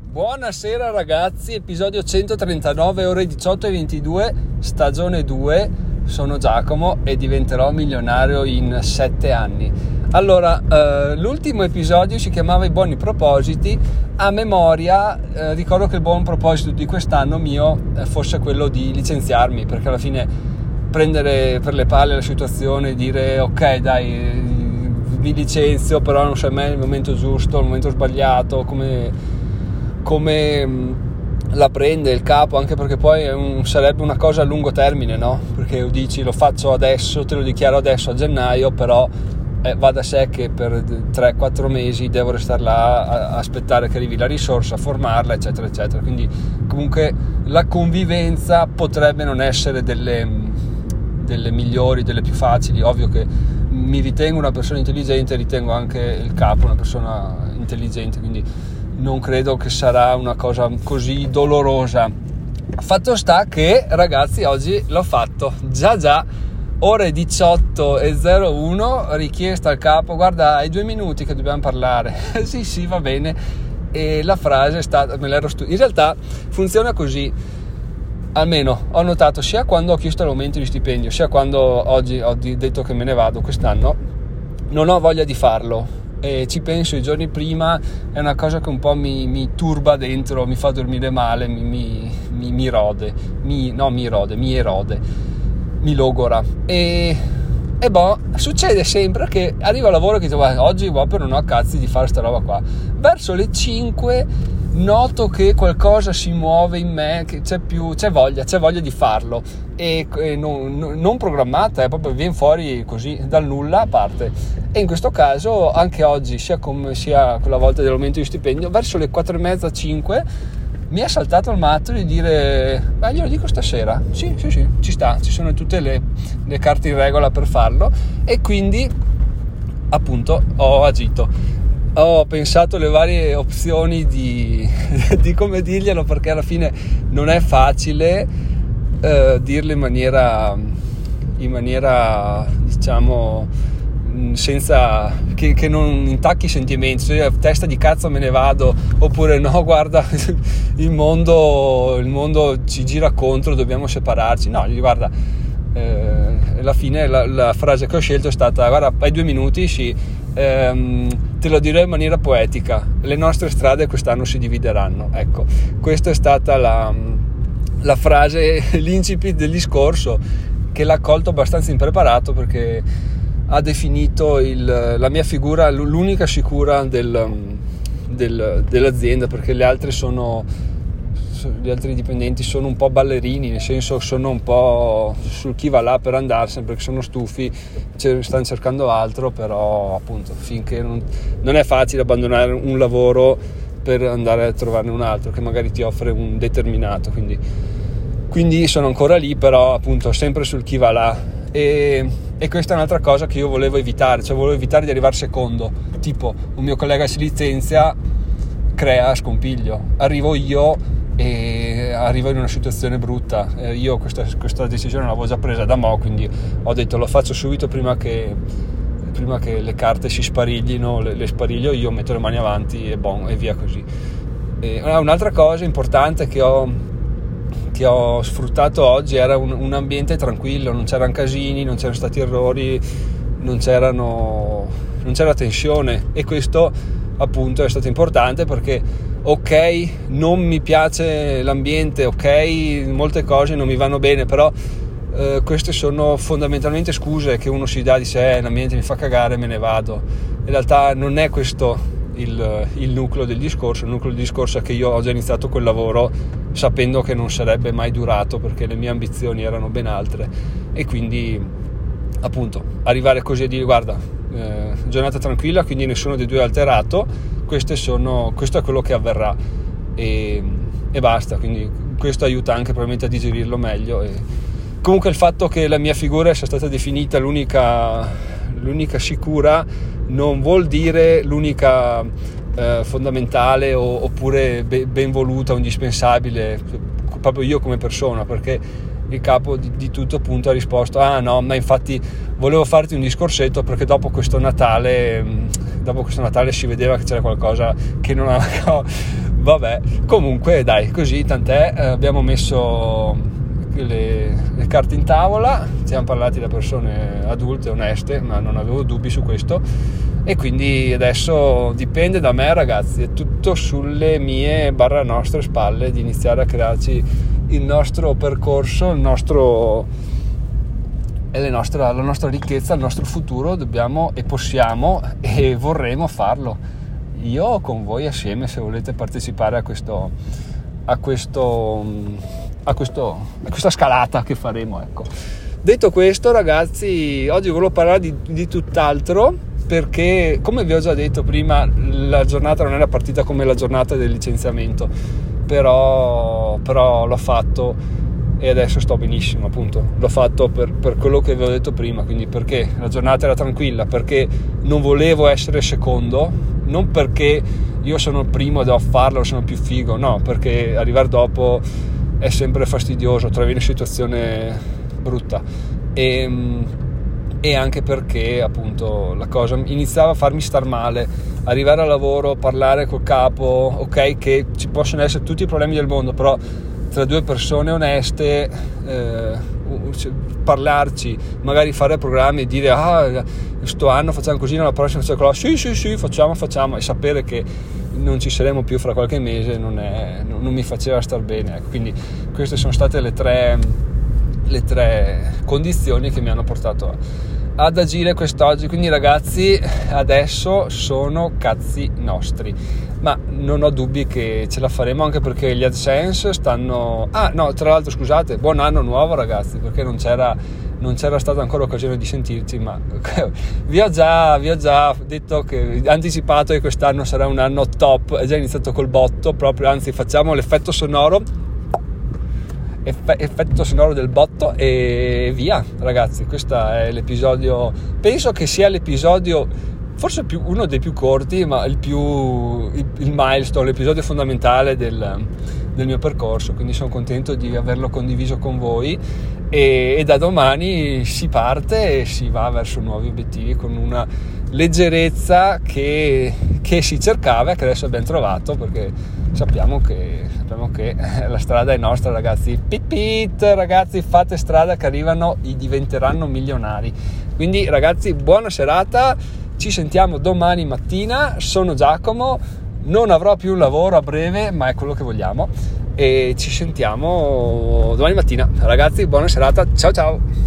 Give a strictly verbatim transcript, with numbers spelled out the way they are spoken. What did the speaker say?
Buonasera ragazzi, episodio centotrentanove, ore diciotto e ventidue, stagione due. Sono Giacomo e diventerò milionario in sette anni. Allora, eh, l'ultimo episodio si chiamava I buoni propositi. A memoria eh, ricordo che il buon proposito di quest'anno mio eh, fosse quello di licenziarmi, perché alla fine prendere per le palle la situazione e dire ok dai, mi licenzio, però non so mai il momento giusto, il momento sbagliato, come... come la prende il capo, anche perché poi è un, sarebbe una cosa a lungo termine, no? Perché dici lo faccio adesso, te lo dichiaro adesso a gennaio, però eh, va da sé che per tre quattro mesi devo restare là a, a aspettare che arrivi la risorsa, a formarla, eccetera eccetera. Quindi comunque la convivenza potrebbe non essere delle, delle migliori, delle più facili. Ovvio che mi ritengo una persona intelligente, ritengo anche il capo una persona intelligente, quindi non credo che sarà una cosa così dolorosa. Fatto sta che ragazzi oggi l'ho fatto, già già ore diciotto e zero uno, richiesta al capo, guarda hai due minuti che dobbiamo parlare. sì sì va bene, e la frase è stata, me l'ero stu- in realtà funziona così, almeno ho notato sia quando ho chiesto l'aumento di stipendio, sia quando oggi ho detto che me ne vado quest'anno, non ho voglia di farlo e ci penso i giorni prima, è una cosa che un po' mi, mi turba dentro, mi fa dormire male, mi, mi, mi, mi rode, mi, no mi rode, mi erode, mi logora e, e boh, succede sempre che arrivo al lavoro e dico oggi proprio non ho cazzi di fare sta roba qua, verso le cinque noto che qualcosa si muove in me, che c'è più, c'è voglia, c'è voglia di farlo e, e non, non programmata, è proprio viene fuori così dal nulla a parte. E in questo caso anche oggi, sia come sia quella volta dell'aumento di stipendio, verso le quattro e mezza, cinque mi è saltato il matto di dire ma glielo dico stasera, sì sì sì ci sta, ci sono tutte le, le carte in regola per farlo e quindi appunto ho agito. Ho pensato le varie opzioni di, di come dirglielo, perché alla fine non è facile eh, dirlo in maniera in maniera diciamo senza che, che non intacchi i sentimenti, cioè a testa di cazzo me ne vado, oppure no guarda il mondo il mondo ci gira contro, dobbiamo separarci. No, gli guarda eh, alla fine la, la frase che ho scelto è stata guarda hai due minuti, sì, ehm, te lo dirò in maniera poetica, le nostre strade quest'anno si divideranno. Ecco, questa è stata la, la frase, l'incipit del discorso, che l'ha colto abbastanza impreparato, perché ha definito il, la mia figura l'unica sicura del, del, dell'azienda, perché le altre sono gli altri dipendenti sono un po' ballerini, nel senso sono un po' sul chi va là per andarsene perché sono stufi, stanno cercando altro, però appunto finché non, non è facile abbandonare un lavoro per andare a trovarne un altro che magari ti offre un determinato, quindi, quindi sono ancora lì, però appunto sempre sul chi va là e, e questa è un'altra cosa che io volevo evitare, cioè volevo evitare di arrivare secondo, tipo un mio collega si licenzia, crea scompiglio, arrivo io e arrivo in una situazione brutta. Eh, io questa, questa decisione l'avevo già presa da mo', quindi ho detto lo faccio subito prima che, prima che le carte si spariglino, le, le spariglio io, metto le mani avanti e bon, e via così. E, un'altra cosa importante che ho, che ho sfruttato oggi era un, un ambiente tranquillo, non c'erano casini, non c'erano stati errori, non c'erano non c'era tensione, e questo appunto è stato importante perché ok, non mi piace l'ambiente, ok, molte cose non mi vanno bene, però eh, queste sono fondamentalmente scuse che uno si dà, dice eh, l'ambiente mi fa cagare, me ne vado. In realtà non è questo il, il nucleo del discorso. Il nucleo del discorso è che io ho già iniziato quel lavoro sapendo che non sarebbe mai durato, perché le mie ambizioni erano ben altre, e quindi appunto arrivare così a dire guarda, eh, giornata tranquilla, quindi nessuno dei due è alterato, queste sono, questo è quello che avverrà e, e basta. Quindi questo aiuta anche probabilmente a digerirlo meglio. E comunque il fatto che la mia figura sia stata definita l'unica, l'unica sicura non vuol dire l'unica eh, fondamentale o, oppure be, ben voluta o indispensabile, proprio io come persona, perché il capo di, di tutto appunto ha risposto ah no, ma infatti volevo farti un discorsetto perché dopo questo Natale dopo questo Natale si vedeva che c'era qualcosa che non aveva Vabbè, comunque dai, così tant'è, eh, abbiamo messo le, le carte in tavola, siamo parlati da persone adulte, oneste, ma non avevo dubbi su questo, e quindi adesso dipende da me, ragazzi, è tutto sulle mie barra nostre spalle di iniziare a crearci il nostro percorso, il nostro, e le nostre, la nostra ricchezza, il nostro futuro. Dobbiamo e possiamo e vorremmo farlo. Io con voi assieme, se volete partecipare a questo a questo a questo a questa scalata che faremo, ecco. Detto questo, ragazzi, oggi volevo parlare di, di tutt'altro, perché come vi ho già detto prima, la giornata non era partita come la giornata del licenziamento, però però l'ho fatto e adesso sto benissimo, appunto. L'ho fatto per, per quello che vi ho detto prima, quindi perché la giornata era tranquilla, perché non volevo essere secondo, non perché io sono il primo e devo farlo, sono più figo, no, perché arrivare dopo è sempre fastidioso, trovi una situazione brutta, e, e anche perché appunto la cosa iniziava a farmi star male, arrivare al lavoro, parlare col capo, ok, che ci possono essere tutti i problemi del mondo, però tra due persone oneste, eh, parlarci, magari fare programmi e dire ah, sto anno facciamo così, l'anno prossimo facciamo quello, sì sì sì facciamo facciamo e sapere che non ci saremo più fra qualche mese non, è, non, non mi faceva star bene, ecco. Quindi queste sono state le tre le tre condizioni che mi hanno portato a, ad agire quest'oggi. Quindi ragazzi, adesso sono cazzi nostri, ma non ho dubbi che ce la faremo, anche perché gli AdSense stanno... Ah no, tra l'altro scusate, buon anno nuovo ragazzi, perché non c'era, non c'era stata ancora occasione di sentirci, ma vi ho già, vi ho già detto che anticipato che quest'anno sarà un anno top, è già iniziato col botto proprio, anzi facciamo l'effetto sonoro Eff- effetto sonoro del botto e via ragazzi. Questo è l'episodio, penso che sia l'episodio forse più, uno dei più corti, ma il più il, il milestone, l'episodio fondamentale del, del mio percorso, quindi sono contento di averlo condiviso con voi e, e da domani si parte e si va verso nuovi obiettivi con una leggerezza che, che si cercava e che adesso abbiamo trovato, perché sappiamo che, sappiamo che la strada è nostra, ragazzi. Pit pit, ragazzi, fate strada che arrivano e diventeranno milionari. Quindi ragazzi, buona serata, ci sentiamo domani mattina. Sono Giacomo, non avrò più un lavoro a breve, ma è quello che vogliamo, e ci sentiamo domani mattina. Ragazzi, buona serata, ciao ciao.